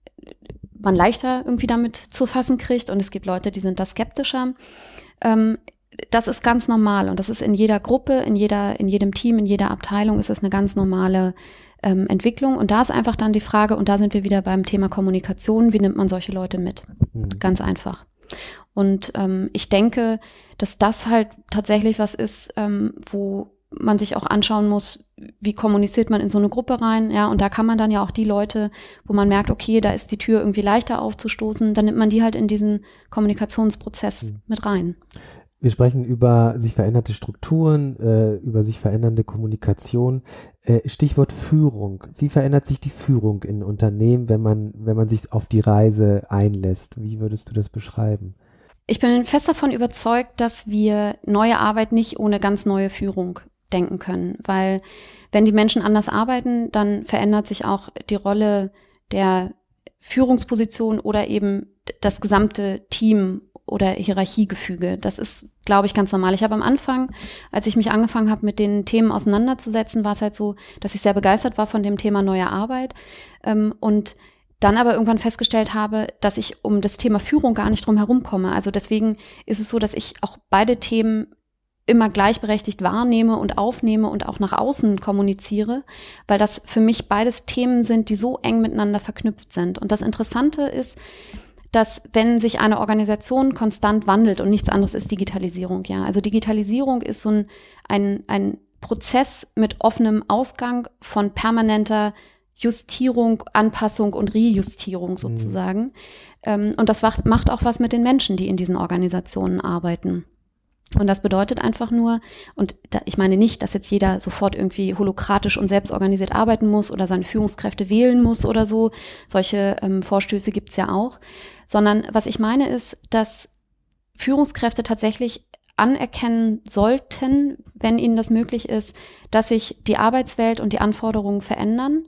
man leichter irgendwie damit zu fassen kriegt, und es gibt Leute, die sind da skeptischer. Ähm, das ist ganz normal, und das ist in jeder Gruppe, in jeder, in jedem Team, in jeder Abteilung ist es eine ganz normale ähm, Entwicklung, und da ist einfach dann die Frage, und da sind wir wieder beim Thema Kommunikation, wie nimmt man solche Leute mit? Mhm. Ganz einfach. Und ähm, ich denke, dass das halt tatsächlich was ist, ähm, wo man sich auch anschauen muss, wie kommuniziert man in so eine Gruppe rein, ja, und da kann man dann ja auch die Leute, wo man merkt, okay, da ist die Tür irgendwie leichter aufzustoßen, dann nimmt man die halt in diesen Kommunikationsprozess mhm. mit rein. Wir sprechen über sich veränderte Strukturen, äh, über sich verändernde Kommunikation. Äh, Stichwort Führung. Wie verändert sich die Führung in Unternehmen, wenn man, wenn man sich auf die Reise einlässt? Wie würdest du das beschreiben? Ich bin fest davon überzeugt, dass wir neue Arbeit nicht ohne ganz neue Führung denken können, weil wenn die Menschen anders arbeiten, dann verändert sich auch die Rolle der Führungsposition oder eben das gesamte Team oder Hierarchiegefüge. Das ist, glaube ich, ganz normal. Ich habe am Anfang, als ich mich angefangen habe, mit den Themen auseinanderzusetzen, war es halt so, dass ich sehr begeistert war von dem Thema neue Arbeit ähm, und dann aber irgendwann festgestellt habe, dass ich um das Thema Führung gar nicht drum herum komme. Also deswegen ist es so, dass ich auch beide Themen immer gleichberechtigt wahrnehme und aufnehme und auch nach außen kommuniziere, weil das für mich beides Themen sind, die so eng miteinander verknüpft sind. Und das Interessante ist, dass wenn sich eine Organisation konstant wandelt, und nichts anderes ist Digitalisierung, ja. Also Digitalisierung ist so ein, ein, ein Prozess mit offenem Ausgang von permanenter Justierung, Anpassung und Rejustierung sozusagen. Mhm. Ähm, und das macht, macht auch was mit den Menschen, die in diesen Organisationen arbeiten. Und das bedeutet einfach nur, und da, ich meine nicht, dass jetzt jeder sofort irgendwie holokratisch und selbstorganisiert arbeiten muss oder seine Führungskräfte wählen muss oder so. Solche ähm, Vorstöße gibt's ja auch. Sondern was ich meine ist, dass Führungskräfte tatsächlich anerkennen sollten, wenn ihnen das möglich ist, dass sich die Arbeitswelt und die Anforderungen verändern.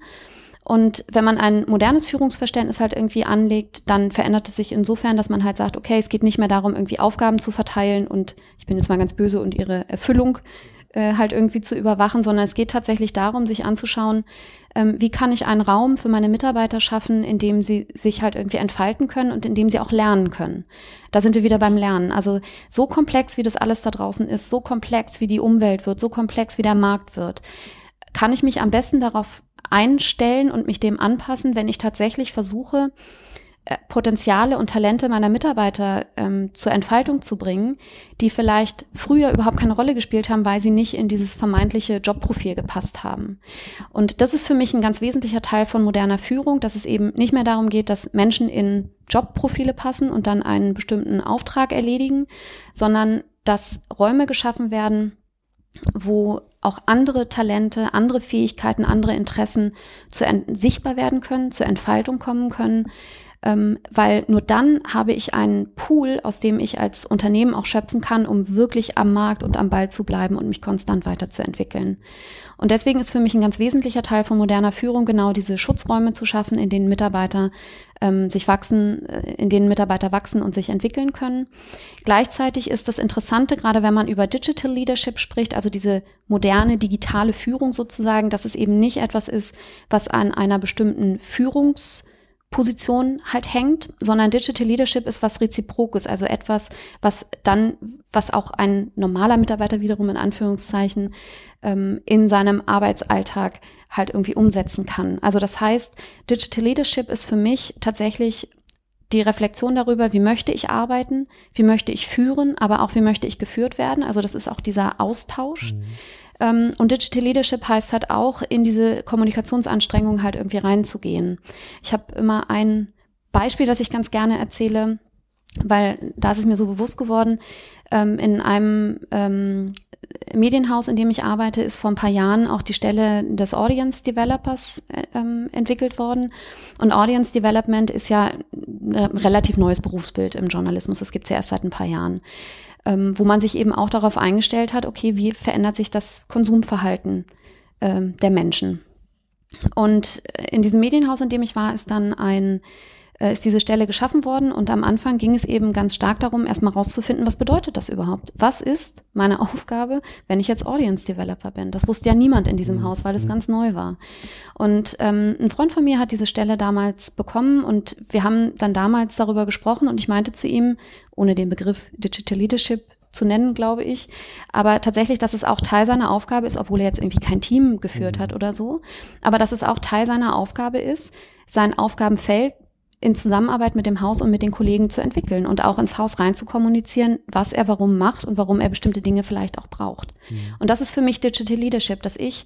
Und wenn man ein modernes Führungsverständnis halt irgendwie anlegt, dann verändert es sich insofern, dass man halt sagt, okay, es geht nicht mehr darum, irgendwie Aufgaben zu verteilen und ich bin jetzt mal ganz böse und ihre Erfüllung äh, halt irgendwie zu überwachen, sondern es geht tatsächlich darum, sich anzuschauen, ähm, wie kann ich einen Raum für meine Mitarbeiter schaffen, in dem sie sich halt irgendwie entfalten können und in dem sie auch lernen können. Da sind wir wieder beim Lernen. Also so komplex, wie das alles da draußen ist, so komplex, wie die Umwelt wird, so komplex, wie der Markt wird, kann ich mich am besten darauf einstellen und mich dem anpassen, wenn ich tatsächlich versuche, äh, Potenziale und Talente meiner Mitarbeiter ähm, zur Entfaltung zu bringen, die vielleicht früher überhaupt keine Rolle gespielt haben, weil sie nicht in dieses vermeintliche Jobprofil gepasst haben. Und das ist für mich ein ganz wesentlicher Teil von moderner Führung, dass es eben nicht mehr darum geht, dass Menschen in Jobprofile passen und dann einen bestimmten Auftrag erledigen, sondern dass Räume geschaffen werden, wo auch andere Talente, andere Fähigkeiten, andere Interessen zu sichtbar werden können, zur Entfaltung kommen können, ähm, weil nur dann habe ich einen Pool, aus dem ich als Unternehmen auch schöpfen kann, um wirklich am Markt und am Ball zu bleiben und mich konstant weiterzuentwickeln. Und deswegen ist für mich ein ganz wesentlicher Teil von moderner Führung genau diese Schutzräume zu schaffen, in denen Mitarbeiter ähm, sich wachsen, äh, in denen Mitarbeiter wachsen und sich entwickeln können. Gleichzeitig ist das Interessante, gerade wenn man über Digital Leadership spricht, also diese moderne digitale Führung sozusagen, dass es eben nicht etwas ist, was an einer bestimmten Führungs Position halt hängt, sondern Digital Leadership ist was Reziprokes, also etwas, was dann, was auch ein normaler Mitarbeiter wiederum in Anführungszeichen ähm, in seinem Arbeitsalltag halt irgendwie umsetzen kann. Also das heißt, Digital Leadership ist für mich tatsächlich die Reflexion darüber, wie möchte ich arbeiten, wie möchte ich führen, aber auch wie möchte ich geführt werden. Also das ist auch dieser Austausch. Mhm. Um, und Digital Leadership heißt halt auch, in diese Kommunikationsanstrengungen halt irgendwie reinzugehen. Ich habe immer ein Beispiel, das ich ganz gerne erzähle. weil da ist es mir so bewusst geworden, ähm, in einem ähm, Medienhaus, in dem ich arbeite, ist vor ein paar Jahren auch die Stelle des Audience Developers ähm, entwickelt worden. Und Audience Development ist ja ein relativ neues Berufsbild im Journalismus. Das gibt es ja erst seit ein paar Jahren, ähm, wo man sich eben auch darauf eingestellt hat, okay, wie verändert sich das Konsumverhalten ähm, der Menschen? Und in diesem Medienhaus, in dem ich war, ist dann ein ist diese Stelle geschaffen worden und am Anfang ging es eben ganz stark darum, erstmal rauszufinden, was bedeutet das überhaupt? Was ist meine Aufgabe, wenn ich jetzt Audience Developer bin? Das wusste ja niemand in diesem Haus, weil es ganz neu war. Und ähm, ein Freund von mir hat diese Stelle damals bekommen und wir haben dann damals darüber gesprochen und ich meinte zu ihm, ohne den Begriff Digital Leadership zu nennen, glaube ich, aber tatsächlich, dass es auch Teil seiner Aufgabe ist, obwohl er jetzt irgendwie kein Team geführt hat oder so, aber dass es auch Teil seiner Aufgabe ist, sein Aufgabenfeld in Zusammenarbeit mit dem Haus und mit den Kollegen zu entwickeln und auch ins Haus rein zu kommunizieren, was er warum macht und warum er bestimmte Dinge vielleicht auch braucht. Mhm. Und das ist für mich Digital Leadership, dass ich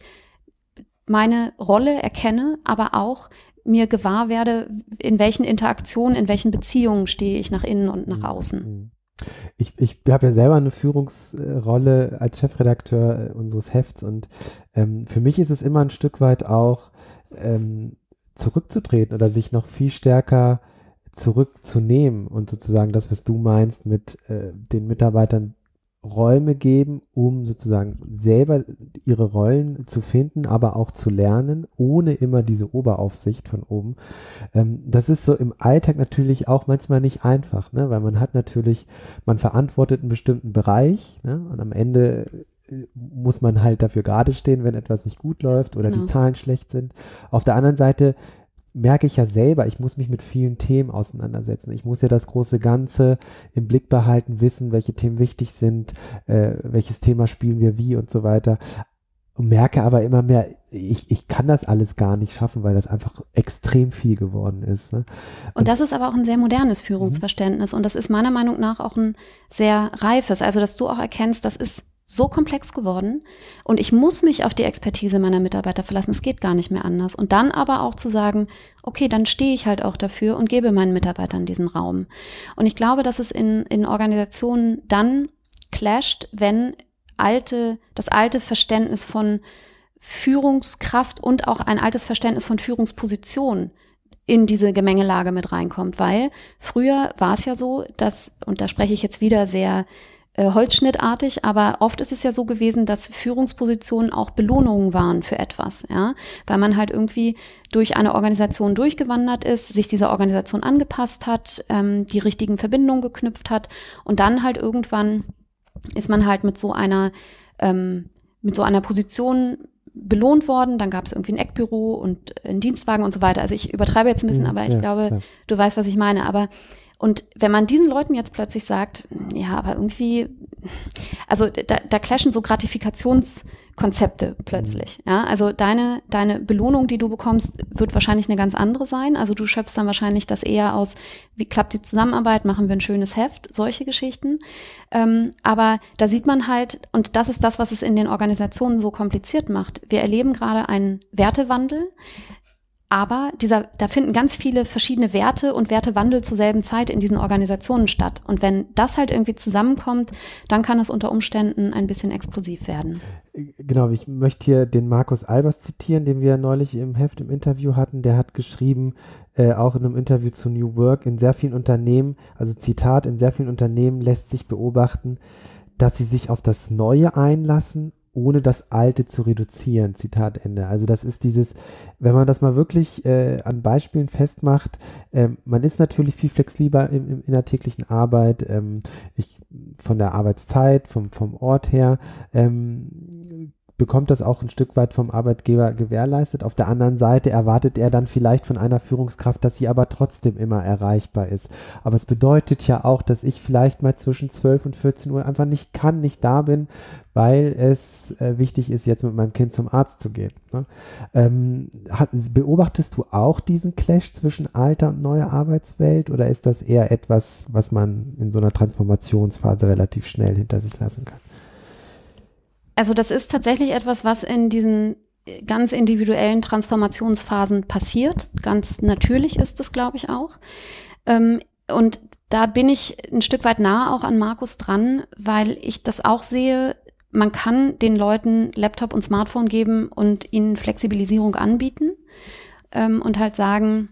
meine Rolle erkenne, aber auch mir gewahr werde, in welchen Interaktionen, in welchen Beziehungen stehe ich nach innen und nach außen. Ich, ich habe ja selber eine Führungsrolle als Chefredakteur unseres Hefts und ähm, für mich ist es immer ein Stück weit auch ähm, zurückzutreten oder sich noch viel stärker zurückzunehmen und sozusagen das, was du meinst, mit äh, den Mitarbeitern Räume geben, um sozusagen selber ihre Rollen zu finden, aber auch zu lernen, ohne immer diese Oberaufsicht von oben. Ähm, das ist so im Alltag natürlich auch manchmal nicht einfach, ne? Weil man hat natürlich, man verantwortet einen bestimmten Bereich, ne? Und am Ende muss man halt dafür gerade stehen, wenn etwas nicht gut läuft oder genau. Die Zahlen schlecht sind. Auf der anderen Seite merke ich ja selber, ich muss mich mit vielen Themen auseinandersetzen. Ich muss ja das große Ganze im Blick behalten, wissen, welche Themen wichtig sind, äh, welches Thema spielen wir wie und so weiter. Und merke aber immer mehr, ich, ich kann das alles gar nicht schaffen, weil das einfach extrem viel geworden ist. Ne? Und, und das ist aber auch ein sehr modernes Führungsverständnis. Mhm. Und das ist meiner Meinung nach auch ein sehr reifes. Also, dass du auch erkennst, das ist so komplex geworden und ich muss mich auf die Expertise meiner Mitarbeiter verlassen. Es geht gar nicht mehr anders. Und dann aber auch zu sagen, okay, dann stehe ich halt auch dafür und gebe meinen Mitarbeitern diesen Raum. Und ich glaube, dass es in, in Organisationen dann clasht, wenn alte, das alte Verständnis von Führungskraft und auch ein altes Verständnis von Führungsposition in diese Gemengelage mit reinkommt. Weil früher war es ja so, dass, und da spreche ich jetzt wieder sehr holzschnittartig, aber oft ist es ja so gewesen, dass Führungspositionen auch Belohnungen waren für etwas, ja, weil man halt irgendwie durch eine Organisation durchgewandert ist, sich dieser Organisation angepasst hat, ähm, die richtigen Verbindungen geknüpft hat und dann halt irgendwann ist man halt mit so einer ähm, mit so einer Position belohnt worden, dann gab es irgendwie ein Eckbüro und einen Dienstwagen und so weiter. Also ich übertreibe jetzt ein bisschen, aber ich ja, glaube, ja. Du weißt, was ich meine, aber und wenn man diesen Leuten jetzt plötzlich sagt, ja, aber irgendwie, also da, da clashen so Gratifikations- plötzlich. Ja, also deine, deine Belohnung, die du bekommst, wird wahrscheinlich eine ganz andere sein. Also du schöpfst dann wahrscheinlich das eher aus, wie klappt die Zusammenarbeit, machen wir ein schönes Heft, solche Geschichten. Ähm, aber da sieht man halt, und das ist das, was es in den Organisationen so kompliziert macht. Wir erleben gerade einen Wertewandel. Aber dieser, da finden ganz viele verschiedene Werte und Wertewandel zur selben Zeit in diesen Organisationen statt. Und wenn das halt irgendwie zusammenkommt, dann kann es unter Umständen ein bisschen explosiv werden. Genau, ich möchte hier den Markus Albers zitieren, den wir neulich im Heft im Interview hatten. Der hat geschrieben, äh, auch in einem Interview zu New Work, in sehr vielen Unternehmen, also Zitat, in sehr vielen Unternehmen lässt sich beobachten, dass sie sich auf das Neue einlassen, ohne das Alte zu reduzieren, Zitat Ende. Also das ist dieses, wenn man das mal wirklich äh, an Beispielen festmacht, äh, man ist natürlich viel flexibler im, im, in der täglichen Arbeit, ähm, ich, von der Arbeitszeit, vom, vom Ort her, ähm, bekommt das auch ein Stück weit vom Arbeitgeber gewährleistet. Auf der anderen Seite erwartet er dann vielleicht von einer Führungskraft, dass sie aber trotzdem immer erreichbar ist. Aber es bedeutet ja auch, dass ich vielleicht mal zwischen zwölf und vierzehn Uhr einfach nicht kann, nicht da bin, weil es äh, wichtig ist, jetzt mit meinem Kind zum Arzt zu gehen. Ne? Ähm, hat, beobachtest du auch diesen Clash zwischen alter und neuer Arbeitswelt oder ist das eher etwas, was man in so einer Transformationsphase relativ schnell hinter sich lassen kann? Also das ist tatsächlich etwas, was in diesen ganz individuellen Transformationsphasen passiert. Ganz natürlich ist es, glaube ich, auch. Und da bin ich ein Stück weit nah auch an Markus dran, weil ich das auch sehe, man kann den Leuten Laptop und Smartphone geben und ihnen Flexibilisierung anbieten ähm, und halt sagen,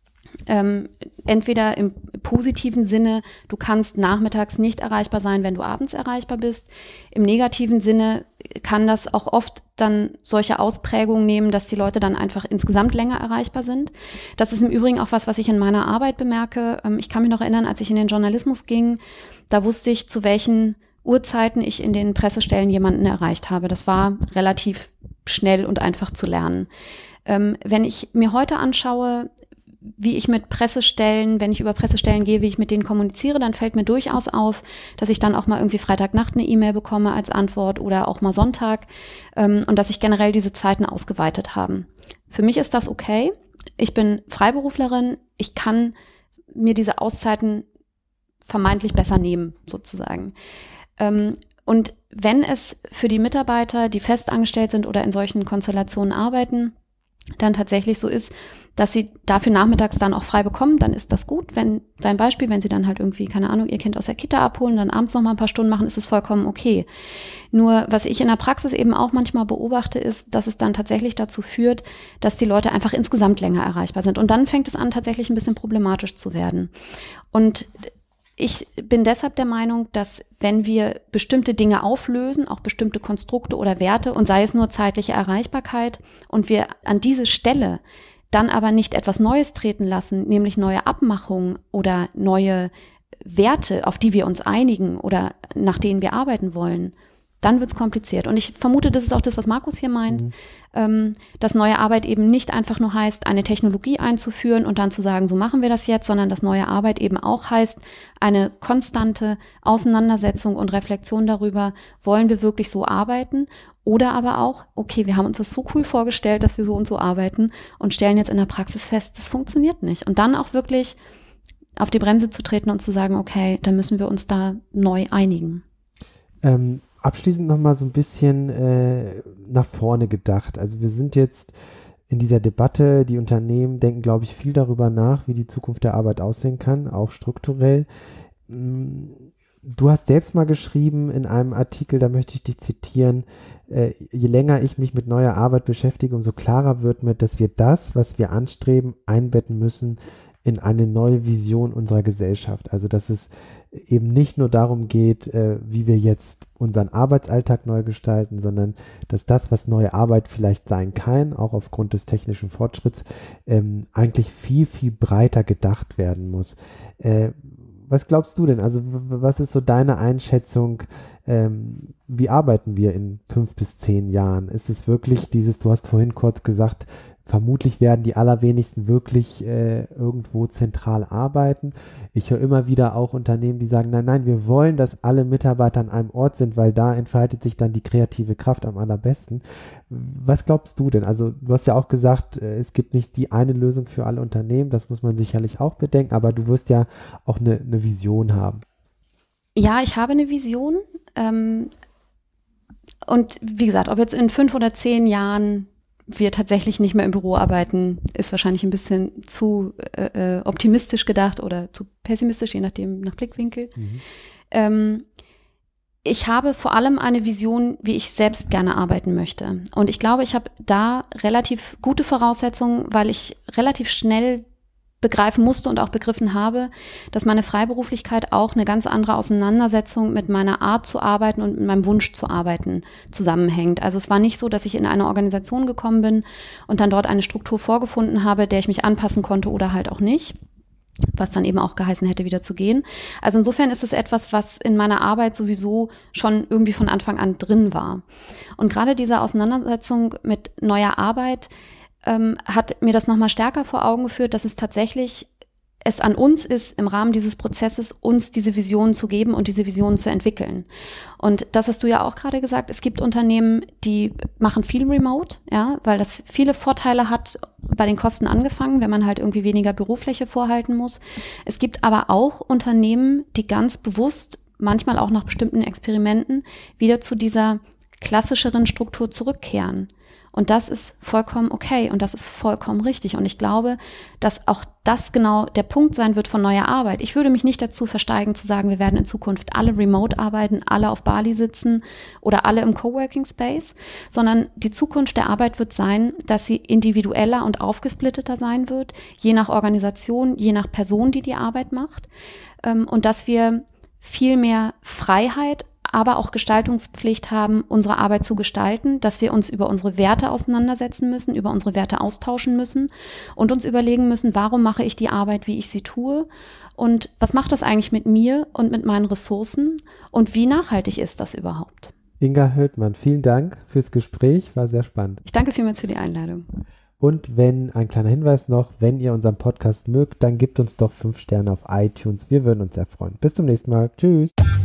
ähm, entweder im positiven Sinne, du kannst nachmittags nicht erreichbar sein, wenn du abends erreichbar bist. Im negativen Sinne kann das auch oft dann solche Ausprägungen nehmen, dass die Leute dann einfach insgesamt länger erreichbar sind. Das ist im Übrigen auch was, was ich in meiner Arbeit bemerke. Ähm, ich kann mich noch erinnern, als ich in den Journalismus ging, da wusste ich, zu welchen Uhrzeiten ich in den Pressestellen jemanden erreicht habe. Das war relativ schnell und einfach zu lernen. Ähm, wenn ich mir heute anschaue, wie ich mit Pressestellen, wenn ich über Pressestellen gehe, wie ich mit denen kommuniziere, dann fällt mir durchaus auf, dass ich dann auch mal irgendwie Freitagnacht eine E-Mail bekomme als Antwort oder auch mal Sonntag ähm, und dass sich generell diese Zeiten ausgeweitet haben. Für mich ist das okay. Ich bin Freiberuflerin. Ich kann mir diese Auszeiten vermeintlich besser nehmen, sozusagen. Ähm, und wenn es für die Mitarbeiter, die festangestellt sind oder in solchen Konstellationen arbeiten, dann tatsächlich so ist, dass sie dafür nachmittags dann auch frei bekommen, dann ist das gut. Wenn, dein Beispiel, wenn sie dann halt irgendwie, keine Ahnung, ihr Kind aus der Kita abholen, dann abends noch mal ein paar Stunden machen, ist es vollkommen okay. Nur, was ich in der Praxis eben auch manchmal beobachte, ist, dass es dann tatsächlich dazu führt, dass die Leute einfach insgesamt länger erreichbar sind. Und dann fängt es an, tatsächlich ein bisschen problematisch zu werden. Und ich bin deshalb der Meinung, dass wenn wir bestimmte Dinge auflösen, auch bestimmte Konstrukte oder Werte, und sei es nur zeitliche Erreichbarkeit, und wir an diese Stelle dann aber nicht etwas Neues treten lassen, nämlich neue Abmachungen oder neue Werte, auf die wir uns einigen oder nach denen wir arbeiten wollen, dann wird's kompliziert. Und ich vermute, das ist auch das, was Markus hier meint, mhm. ähm, dass neue Arbeit eben nicht einfach nur heißt, eine Technologie einzuführen und dann zu sagen, so machen wir das jetzt, sondern dass neue Arbeit eben auch heißt, eine konstante Auseinandersetzung und Reflexion darüber, wollen wir wirklich so arbeiten? Oder aber auch, okay, wir haben uns das so cool vorgestellt, dass wir so und so arbeiten und stellen jetzt in der Praxis fest, das funktioniert nicht. Und dann auch wirklich auf die Bremse zu treten und zu sagen, okay, dann müssen wir uns da neu einigen. Ähm, abschließend nochmal so ein bisschen äh, nach vorne gedacht. Also wir sind jetzt in dieser Debatte, die Unternehmen denken, glaube ich, viel darüber nach, wie die Zukunft der Arbeit aussehen kann, auch strukturell. Du hast selbst mal geschrieben in einem Artikel, da möchte ich dich zitieren, äh, je länger ich mich mit neuer Arbeit beschäftige, umso klarer wird mir, dass wir das, was wir anstreben, einbetten müssen in eine neue Vision unserer Gesellschaft. Also dass es eben nicht nur darum geht, äh, wie wir jetzt unseren Arbeitsalltag neu gestalten, sondern dass das, was neue Arbeit vielleicht sein kann, auch aufgrund des technischen Fortschritts, ähm, eigentlich viel, viel breiter gedacht werden muss. Äh, Was glaubst du denn? Also was ist so deine Einschätzung, ähm, wie arbeiten wir in fünf bis zehn Jahren? Ist es wirklich dieses, du hast vorhin kurz gesagt, vermutlich werden die allerwenigsten wirklich äh, irgendwo zentral arbeiten. Ich höre immer wieder auch Unternehmen, die sagen, nein, nein, wir wollen, dass alle Mitarbeiter an einem Ort sind, weil da entfaltet sich dann die kreative Kraft am allerbesten. Was glaubst du denn? Also du hast ja auch gesagt, äh, es gibt nicht die eine Lösung für alle Unternehmen, das muss man sicherlich auch bedenken, aber du wirst ja auch eine, eine Vision haben. Ja, ich habe eine Vision. Ähm, und wie gesagt, ob jetzt in fünf oder zehn Jahren wir tatsächlich nicht mehr im Büro arbeiten, ist wahrscheinlich ein bisschen zu äh, optimistisch gedacht oder zu pessimistisch, je nachdem, nach Blickwinkel. Mhm. Ähm, ich habe vor allem eine Vision, wie ich selbst gerne arbeiten möchte. Und ich glaube, ich habe da relativ gute Voraussetzungen, weil ich relativ schnell begreifen musste und auch begriffen habe, dass meine Freiberuflichkeit auch eine ganz andere Auseinandersetzung mit meiner Art zu arbeiten und mit meinem Wunsch zu arbeiten zusammenhängt. Also es war nicht so, dass ich in eine Organisation gekommen bin und dann dort eine Struktur vorgefunden habe, der ich mich anpassen konnte oder halt auch nicht, was dann eben auch geheißen hätte, wieder zu gehen. Also insofern ist es etwas, was in meiner Arbeit sowieso schon irgendwie von Anfang an drin war. Und gerade diese Auseinandersetzung mit neuer Arbeit Ähm, hat mir das nochmal stärker vor Augen geführt, dass es tatsächlich es an uns ist, im Rahmen dieses Prozesses uns diese Visionen zu geben und diese Visionen zu entwickeln. Und das hast du ja auch gerade gesagt, es gibt Unternehmen, die machen viel Remote, ja, weil das viele Vorteile hat, bei den Kosten angefangen, wenn man halt irgendwie weniger Bürofläche vorhalten muss. Es gibt aber auch Unternehmen, die ganz bewusst, manchmal auch nach bestimmten Experimenten, wieder zu dieser klassischeren Struktur zurückkehren. Und das ist vollkommen okay und das ist vollkommen richtig. Und ich glaube, dass auch das genau der Punkt sein wird von neuer Arbeit. Ich würde mich nicht dazu versteigen zu sagen, wir werden in Zukunft alle remote arbeiten, alle auf Bali sitzen oder alle im Coworking Space, sondern die Zukunft der Arbeit wird sein, dass sie individueller und aufgesplitteter sein wird, je nach Organisation, je nach Person, die die Arbeit macht. Und dass wir viel mehr Freiheit, aber auch Gestaltungspflicht haben, unsere Arbeit zu gestalten, dass wir uns über unsere Werte auseinandersetzen müssen, über unsere Werte austauschen müssen und uns überlegen müssen, warum mache ich die Arbeit, wie ich sie tue und was macht das eigentlich mit mir und mit meinen Ressourcen und wie nachhaltig ist das überhaupt? Inga Höldmann, vielen Dank fürs Gespräch, war sehr spannend. Ich danke vielmals für die Einladung. Und wenn, ein kleiner Hinweis noch, wenn ihr unseren Podcast mögt, dann gebt uns doch fünf Sterne auf iTunes. Wir würden uns sehr freuen. Bis zum nächsten Mal. Tschüss.